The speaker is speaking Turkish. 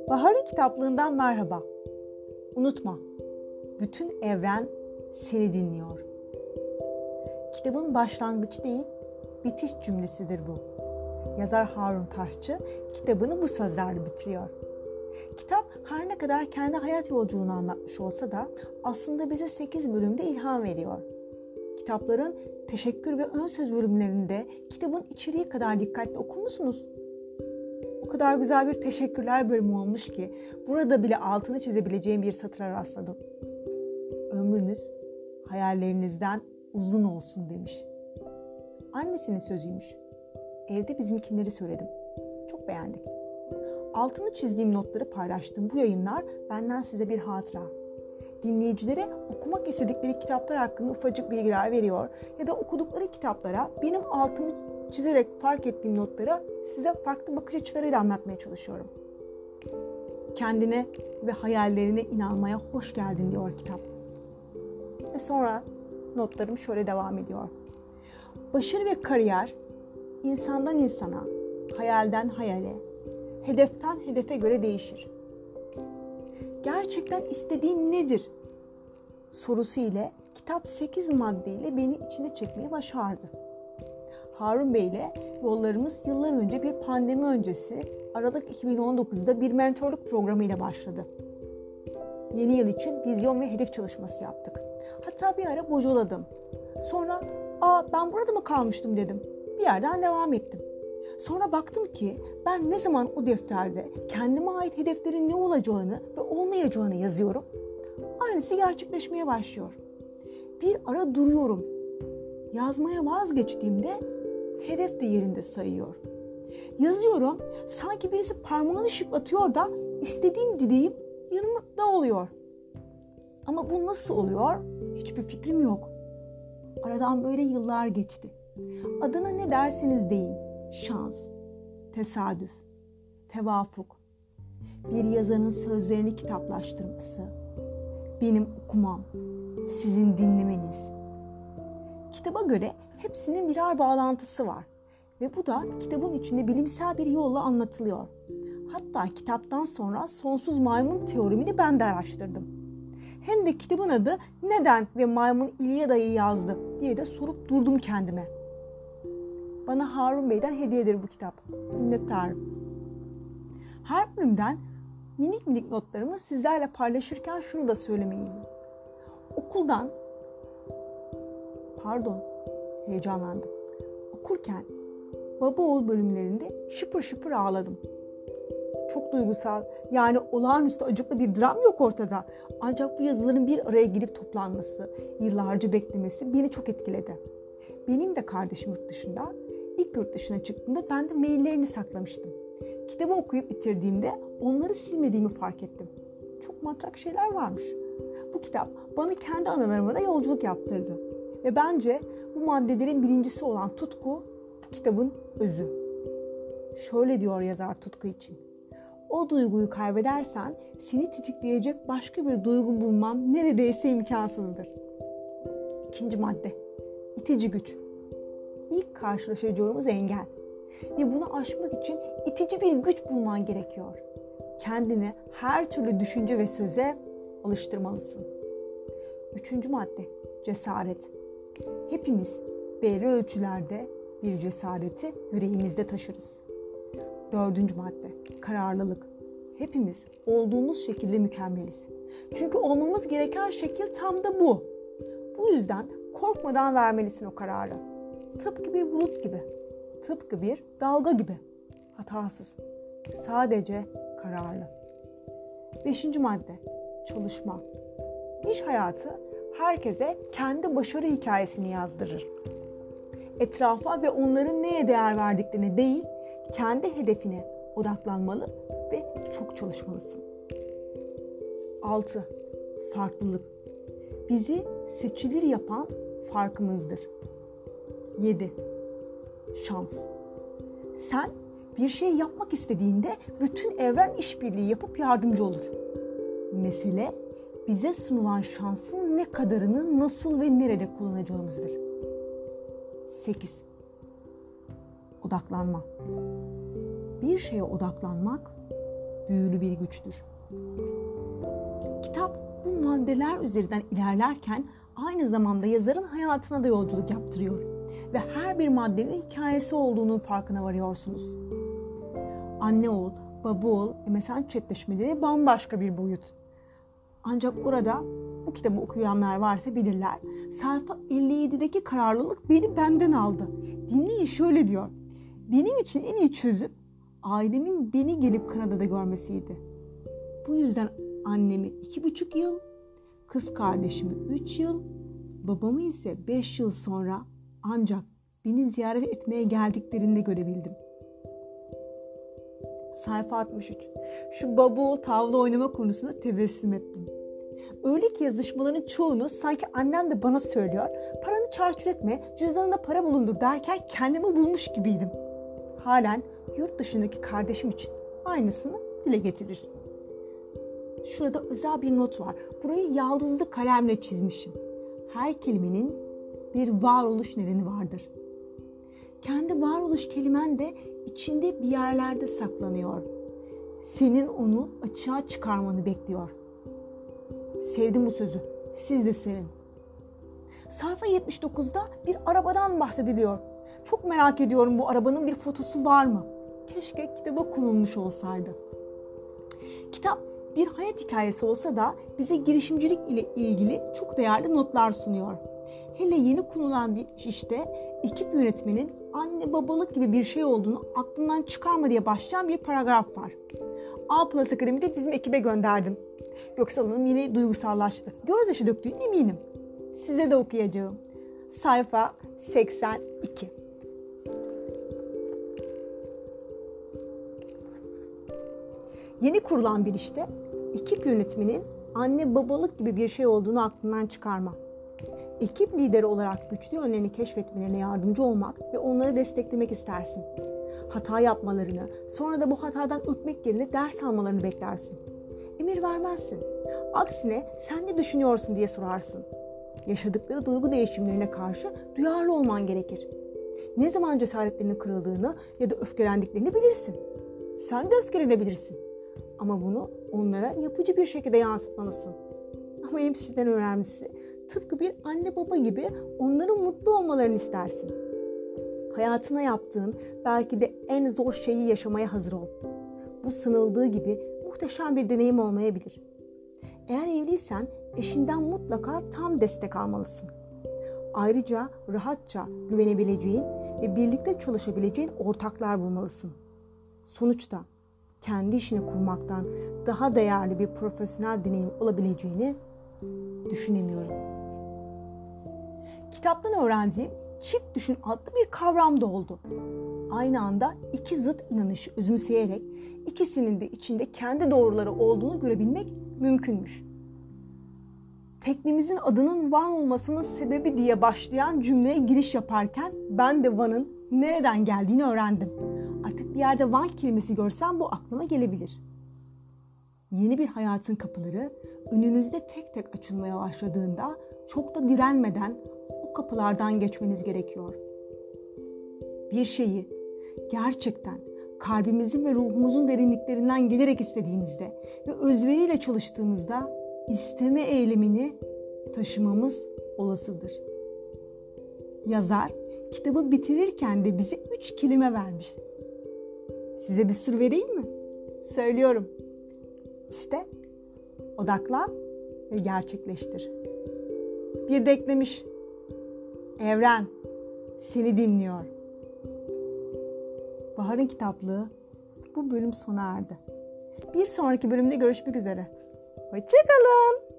Bahar'ın kitaplığından merhaba. Unutma, bütün evren seni dinliyor. Kitabın başlangıç değil, bitiş cümlesidir bu. Yazar Harun Taşçı kitabını bu sözlerle bitiriyor. Kitap her ne kadar kendi hayat yolculuğunu anlatmış olsa da aslında bize 8 bölümde ilham veriyor. Kitapların teşekkür ve ön söz bölümlerinde kitabın içeriği kadar dikkatli okur musunuz? O kadar güzel bir teşekkürler bölümü olmuş ki burada bile altını çizebileceğim bir satıra rastladım. Ömrünüz hayallerinizden uzun olsun demiş. Annesinin sözüymüş. Evde bizimkileri söyledim. Çok beğendik. Altını çizdiğim notları paylaştığım bu yayınlar benden size bir hatıra. Dinleyicilere okumak istedikleri kitaplar hakkında ufacık bilgiler veriyor ya da okudukları kitaplara benim altımı çizerek fark ettiğim notları size farklı bakış açılarıyla anlatmaya çalışıyorum. Kendine ve hayallerine inanmaya hoş geldin diyor kitap. Ve sonra notlarım şöyle devam ediyor. Başarı ve kariyer insandan insana, hayalden hayale, hedeften hedefe göre değişir. Gerçekten istediğin nedir? Sorusu ile kitap 8 maddeyle beni içine çekmeyi başardı. Harun Bey ile yollarımız yıllar önce bir pandemi öncesi Aralık 2019'da bir mentorluk programı ile başladı. Yeni yıl için vizyon ve hedef çalışması yaptık. Hatta bir ara bocaladım. Sonra ben burada mı kalmıştım dedim. Bir yerden devam ettim. Sonra baktım ki ben ne zaman o defterde kendime ait hedeflerin ne olacağını ve olmayacağını yazıyorum, aynısı gerçekleşmeye başlıyor. Bir ara duruyorum. Yazmaya vazgeçtiğimde hedef de yerinde sayıyor. Yazıyorum, sanki birisi parmağını şıklatıyor da istediğim dileğim yanımda oluyor. Ama bu nasıl oluyor? Hiçbir fikrim yok. Aradan böyle yıllar geçti. Adına ne derseniz deyin. Şans, tesadüf, tevafuk, bir yazarın sözlerini kitaplaştırması, benim okumam, sizin dinlemeniz. Kitaba göre hepsinin birer bağlantısı var ve bu da kitabın içinde bilimsel bir yolla anlatılıyor. Hatta kitaptan sonra sonsuz maymun teoremini ben de araştırdım. Hem de kitabın adı neden ve maymun İlyada'yı yazdı diye de sorup durdum kendime. Bana Harun Bey'den hediyedir bu kitap. Minnettarım. Her bölümden minik minik notlarımı sizlerle paylaşırken şunu da söylemeliyim. Heyecanlandım. Okurken baba oğul bölümlerinde şıpır şıpır ağladım. Çok duygusal, yani olağanüstü acıklı bir dram yok ortada. Ancak bu yazıların bir araya gelip toplanması, yıllarca beklemesi beni çok etkiledi. Benim de kardeşim yurt dışında. İlk yurt dışına çıktığımda ben de maillerini saklamıştım. Kitabı okuyup bitirdiğimde onları silmediğimi fark ettim. Çok matrak şeyler varmış. Bu kitap bana kendi anılarıma da yolculuk yaptırdı. Ve bence bu maddelerin birincisi olan tutku bu kitabın özü. Şöyle diyor yazar tutku için. O duyguyu kaybedersen seni tetikleyecek başka bir duygu bulman neredeyse imkansızdır. İkinci madde. İtici güç. İlk karşılaşacağımız engel. Ve bunu aşmak için itici bir güç bulman gerekiyor. Kendini her türlü düşünce ve söze alıştırmalısın. Üçüncü madde. Cesaret. Hepimiz belli ölçülerde bir cesareti yüreğimizde taşırız. Dördüncü madde. Kararlılık. Hepimiz olduğumuz şekilde mükemmeliz. Çünkü olmamız gereken şekil tam da bu. Bu yüzden korkmadan vermelisin o kararı. Tıpkı bir bulut gibi. Tıpkı bir dalga gibi. Hatasız. Sadece kararlı. Beşinci madde. Çalışma. İş hayatı herkese kendi başarı hikayesini yazdırır. Etrafa ve onların neye değer verdiklerine değil, kendi hedefine odaklanmalı ve çok çalışmalısın. 6. Farklılık. Bizi seçilir yapan farkımızdır. 7. Şans. Sen bir şey yapmak istediğinde bütün evren işbirliği yapıp yardımcı olur. Mesele bize sunulan şansın ne kadarını nasıl ve nerede kullanacağımızdır. 8. Odaklanma. Bir şeye odaklanmak büyülü bir güçtür. Kitap bu maddeler üzerinden ilerlerken aynı zamanda yazarın hayatına da yolculuk yaptırıyor. Ve her bir maddenin hikayesi olduğunun farkına varıyorsunuz. Anne oğul, baba oğul ve mesaj chatleşmeleri bambaşka bir boyut. Ancak orada bu kitabı okuyanlar varsa bilirler. Sayfa 57'deki kararlılık beni benden aldı. Dinleyin, şöyle diyor. Benim için en iyi çözüm ailemin beni gelip Kanada'da görmesiydi. Bu yüzden annemi 2,5 yıl, kız kardeşimi 3 yıl, babamı ise 5 yıl sonra ancak beni ziyaret etmeye geldiklerinde görebildim. Sayfa 63. Şu baba tavla oynama konusunda tebessüm ettim. Öyle ki yazışmaların çoğunu sanki annem de bana söylüyor. Paranı çarçur etme, cüzdanında para bulundur derken kendimi bulmuş gibiydim. Halen yurt dışındaki kardeşim için aynısını dile getirir. Şurada özel bir not var. Burayı yaldızlı kalemle çizmişim. Her kelimenin bir varoluş nedeni vardır. Kendi varoluş kelimen de içinde bir yerlerde saklanıyor. Senin onu açığa çıkarmanı bekliyor. Sevdim bu sözü. Siz de sevin. Sayfa 79'da bir arabadan bahsediliyor. Çok merak ediyorum, bu arabanın bir fotosu var mı? Keşke kitaba konulmuş olsaydı. Kitap bir hayat hikayesi olsa da bize girişimcilik ile ilgili çok değerli notlar sunuyor. Hele yeni kurulan bir işte ekip yönetmenin anne babalık gibi bir şey olduğunu aklından çıkarma diye başlayan bir paragraf var. A Plus Akademi'de bizim ekibe gönderdim. Göksel Hanım yine duygusallaştı. Gözyaşı döktüğüne eminim. Size de okuyacağım. Sayfa 82. Yeni kurulan bir işte ekip yönetmenin anne babalık gibi bir şey olduğunu aklından çıkarma. Ekip lideri olarak güçlü yönlerini keşfetmelerine yardımcı olmak ve onları desteklemek istersin. Hata yapmalarını, sonra da bu hatadan ürkmek yerine ders almalarını beklersin. Emir vermezsin. Aksine sen ne düşünüyorsun diye sorarsın. Yaşadıkları duygu değişimlerine karşı duyarlı olman gerekir. Ne zaman cesaretlerinin kırıldığını ya da öfkelendiklerini bilirsin. Sen de öfkelenebilirsin. Ama bunu onlara yapıcı bir şekilde yansıtmalısın. Ama hepsinden önemlisi, tıpkı bir anne baba gibi onların mutlu olmalarını istersin. Hayatına yaptığın belki de en zor şeyi yaşamaya hazır ol. Bu sanıldığı gibi muhteşem bir deneyim olmayabilir. Eğer evliysen eşinden mutlaka tam destek almalısın. Ayrıca rahatça güvenebileceğin ve birlikte çalışabileceğin ortaklar bulmalısın. Sonuçta kendi işini kurmaktan daha değerli bir profesyonel deneyim olabileceğini düşünemiyorum. Kitaptan öğrendiğim çift düşün adlı bir kavram da oldu. Aynı anda iki zıt inanışı özümseyerek ikisinin de içinde kendi doğruları olduğunu görebilmek mümkünmüş. Teknemizin adının Van olmasının sebebi diye başlayan cümleye giriş yaparken ben de Van'ın nereden geldiğini öğrendim. Artık bir yerde Van kelimesi görsem bu aklıma gelebilir. Yeni bir hayatın kapıları önünüzde tek tek açılmaya başladığında çok da direnmeden o kapılardan geçmeniz gerekiyor. Bir şeyi gerçekten kalbimizin ve ruhumuzun derinliklerinden gelerek istediğimizde ve özveriyle çalıştığımızda isteme eylemini taşımamız olasıdır. Yazar kitabı bitirirken de bize 3 kelime vermiş. Size bir sır vereyim mi? Söylüyorum. İste, odaklan ve gerçekleştir. Bir de eklemiş. Evren seni dinliyor. Bahar'ın kitaplığı bu bölüm sona erdi. Bir sonraki bölümde görüşmek üzere. Hoşça kalın.